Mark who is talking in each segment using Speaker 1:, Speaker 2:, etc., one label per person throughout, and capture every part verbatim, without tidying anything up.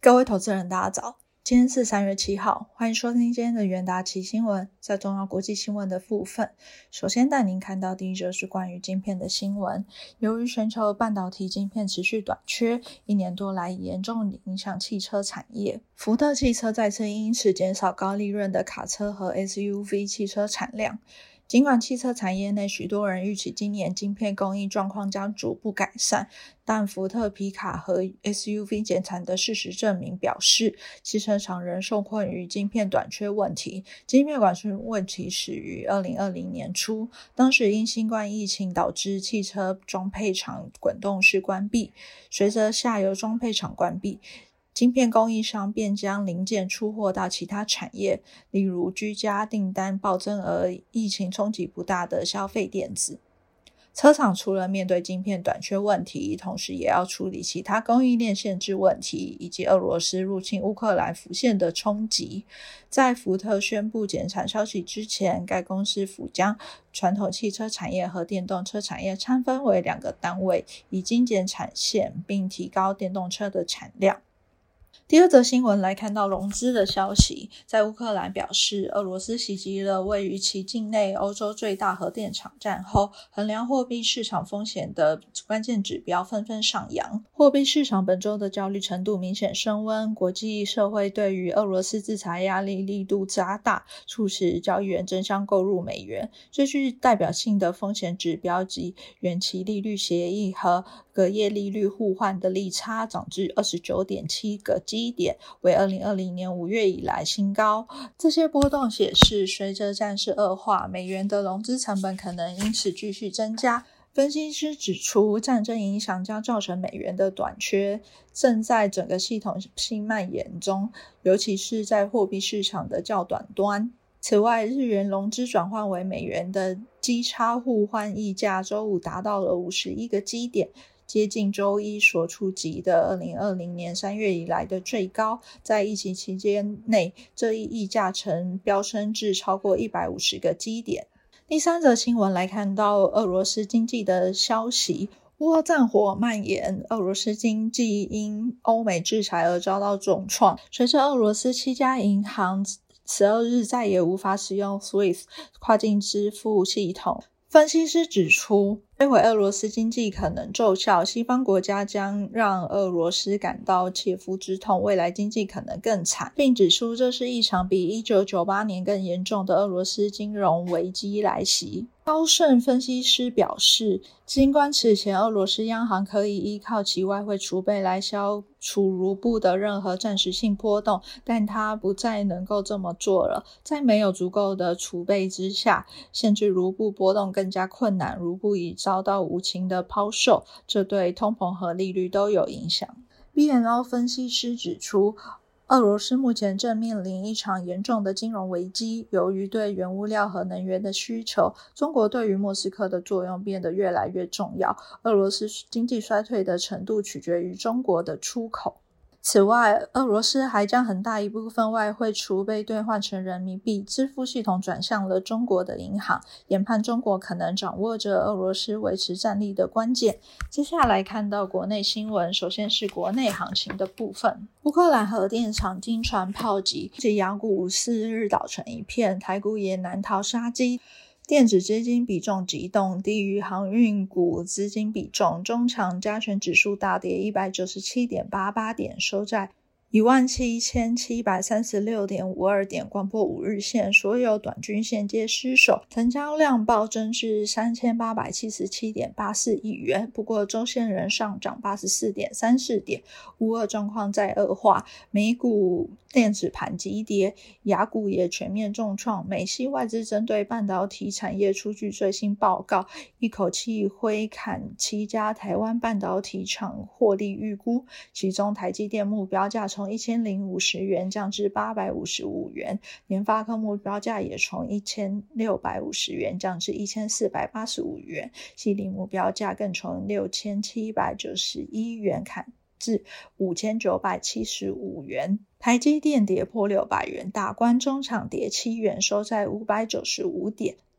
Speaker 1: 各位投资人大家早，今天是三月七号，欢迎收听今天的元达期新闻。在重要国际新闻的部分，首先带您看到第一则是关于晶片的新闻。由于全球半导体晶片持续短缺，一年多来严重影响汽车产业。福特汽车再次因此减少高利润的卡车和 S U V 汽车产量。尽管汽车产业内许多人预期今年晶片供应状况将逐步改善，但福特皮卡和 S U V 减产的事实证明表示，汽车厂仍受困于晶片短缺问题。晶片短缺问题始于二零二零年初，当时因新冠疫情导致汽车装配厂滚动式关闭，随着下游装配厂关闭，晶片供应商便将零件出货到其他产业，例如居家订单暴增而疫情冲击不大的消费电子。车厂除了面对晶片短缺问题，同时也要处理其他供应链限制问题，以及俄罗斯入侵乌克兰浮现的冲击。在福特宣布减产消息之前，该公司府将传统汽车产业和电动车产业拆分为两个单位，以精简产线，并提高电动车的产量。第二则新闻来看到融资的消息，在乌克兰表示俄罗斯袭击了位于其境内欧洲最大核电厂站后，衡量货币市场风险的关键指标纷纷上扬。货币市场本周的焦虑程度明显升温，国际社会对于俄罗斯制裁压力力度加大，促使交易员争相购入美元。最具代表性的风险指标及远期利率协议和隔夜利率互换的利差涨至 二十九点七 个基点，为二零二零年五月以来新高。这些波动显示，随着战事恶化，美元的融资成本可能因此继续增加。分析师指出，战争影响将造成美元的短缺正在整个系统性蔓延中，尤其是在货币市场的较短端。此外，日元融资转换为美元的基差互换溢价周五达到了五十一个基点，接近周一所触及的二零二零年三月以来的最高。在疫情期间内，这一溢价曾飙升至超过一百五十个基点。第三则新闻来看到俄罗斯经济的消息。乌俄战火蔓延，俄罗斯经济因欧美制裁而遭到重创。随着俄罗斯七家银行十二日再也无法使用 SWIFT 跨境支付系统。分析师指出，摧毁俄罗斯经济可能奏效，西方国家将让俄罗斯感到切肤之痛，未来经济可能更惨，并指出这是一场比一九九八年更严重的俄罗斯金融危机来袭。高盛分析师表示，尽管此前俄罗斯央行可以依靠其外汇储备来消除卢布的任何暂时性波动，但它不再能够这么做了。在没有足够的储备之下，限制卢布波动更加困难，卢布已遭到无情的抛售，这对通膨和利率都有影响。B N O 分析师指出，俄罗斯目前正面临一场严重的金融危机，由于对原物料和能源的需求，中国对于莫斯科的作用变得越来越重要。俄罗斯经济衰退的程度取决于中国的出口。此外，俄罗斯还将很大一部分外汇储备兑换成人民币，支付系统转向了中国的银行，研判中国可能掌握着俄罗斯维持战力的关键。接下来看到国内新闻，首先是国内行情的部分。乌克兰核电厂经传炮击，其亚股四日倒成一片，台股也难逃杀机。电子资金比重急动，低于航运股资金比重，中长加权指数大跌 一百九十七点八八 点，收在一万七千七百三十六点五二 点，关破五日线，所有短均线皆失守，成交量暴增至 三千八百七十七点八四亿元，不过周线仍上涨 八十四点三四 点。乌俄状况再恶化，美股电子盘急跌，亚股也全面重创。美系外资针对半导体产业出具最新报告，一口气挥砍七家台湾半导体厂获利预估，其中台积电目标价从一千零五十元降至八百五十五元，联发科目标价也从一千六百五十元降至一千四百八十五元，矽力目标价更从六千七百九十一元砍至五千九百七十五元。台积电跌破六百元，大关中场跌七元，收在五百九十五点。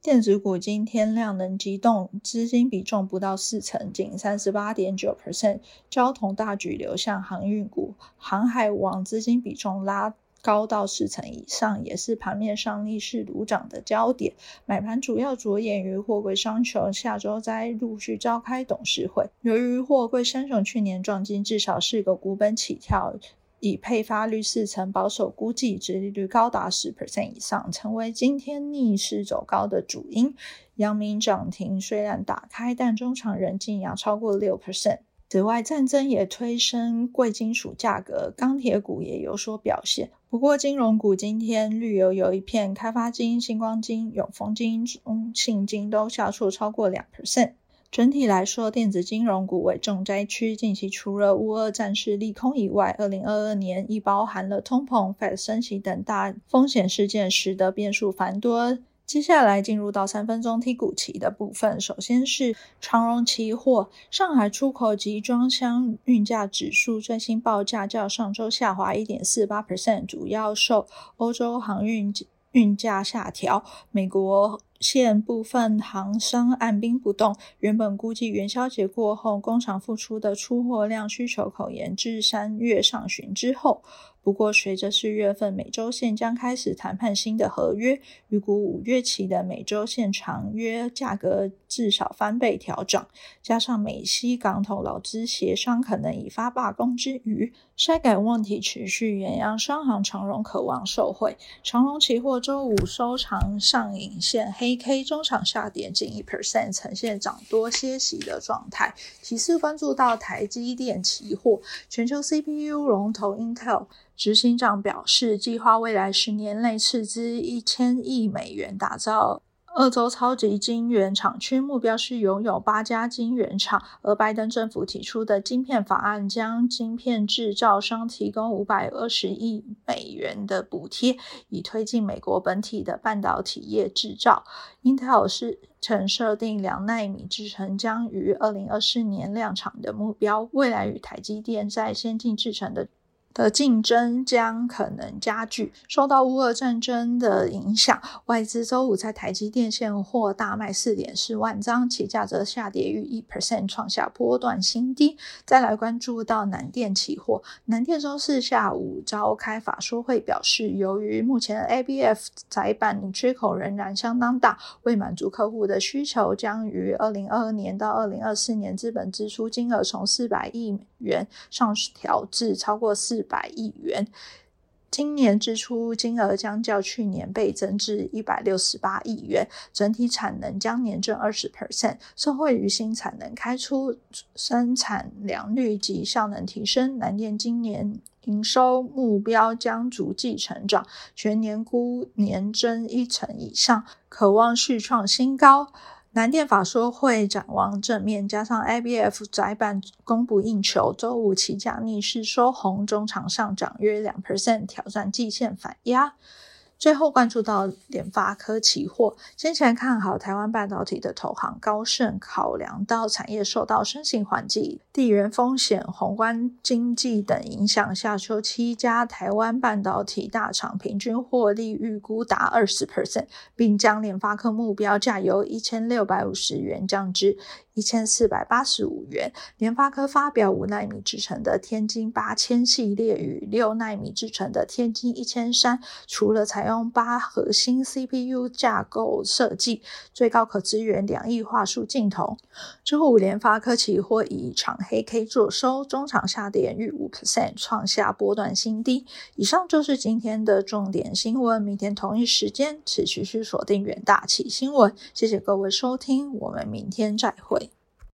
Speaker 1: 电子股今天量能激动，资金比重不到四成，仅 百分之三十八点九， 交投大举流向航运股，航海王资金比重拉高到四成以上，也是盘面上逆势鲁涨的焦点。买盘主要着眼于货柜双雄下周在陆续召开董事会，由于货柜三雄去年撞击至少四个股本起跳，以配发率四成保守估计，殖利率高达 百分之十 以上，成为今天逆势走高的主因。阳明涨停虽然打开，但中场仍净扬超过 百分之六。此外，战争也推升贵金属价格，钢铁股也有所表现。不过金融股今天绿油油一片，开发金、星光金、永丰金、中信金都下挫超过 百分之二。整体来说，电子金融股为重灾区，近期除了乌俄战事利空以外，二零二二年亦包含了通膨、F E D 升息等大风险事件，使得变数繁多。接下来进入到三分钟 T 股期的部分，首先是长荣期货，上海出口集装箱运价指数最新报价较上周下滑 百分之一点四八， 主要受欧洲航运运价下调，美国线部分航商按兵不动，原本估计元宵节过后工厂复出的出货量需求口延至三月上旬之后。不过随着四月份美洲线将开始谈判新的合约，预估五月起的美洲线长约价格至少翻倍调整，加上美西港头劳资协商可能引发罢工之余，筛改问题持续，远洋商行长荣渴望受惠。长荣期货周五收长上影线黑 K， 中场下跌近 百分之一， 呈现涨多歇息的状态。其次关注到台积电期货，全球 C P U 龙头 Intel执行长表示，计划未来十年内斥资一千亿美元打造二洲超级晶圆厂区，目标是拥有八家晶圆厂，而拜登政府提出的晶片法案将晶片制造商提供五百二十亿美元的补贴，以推进美国本体的半导体业制造。Intel 是曾设定两奈米制程将于二零二四年量产的目标，未来与台积电在先进制程的的竞争将可能加剧。受到乌俄战争的影响，外资周五在台积电现货大卖 四点四万张，期价则下跌逾 百分之一， 创下波段新低。再来关注到南电期货，南电周四下午召开法说会表示，由于目前 A B F 载板缺口仍然相当大，为满足客户的需求，将于二零二二年到二零二四年资本支出金额从四百亿元上调至超过四百亿元，今年支出金额将较去年倍增至一百六十八亿元，整体产能将年增 百分之二十， 受惠于新产能开出，生产良率及效能提升，南电今年营收目标将逐季成长，全年估年增一成以上，可望续创新高。南电法说会展望正面，加上 A B F 载板供不应求，周五期价逆势收红，中场上涨约 百分之二， 挑战季线反压。最后关注到联发科期货，先前看好台湾半导体的投行高盛，考量到产业受到升息环境、地缘风险、宏观经济等影响下，求七家台湾半导体大厂平均获利预估达 百分之二十， 并将联发科目标价由一千六百五十元降至一千四百八十五元。联发科发表五奈米制程的天玑八千系列与六奈米制程的天玑一千三，除了采用八核心 C P U 架构设计，最高可支援两亿画素镜头。周五联发科期货以长黑 K 作收，中场下跌逾 百分之五， 创下波段新低。以上就是今天的重点新闻，明天同一时间持续锁定元大奇新闻。谢谢各位收听，我们明天再会。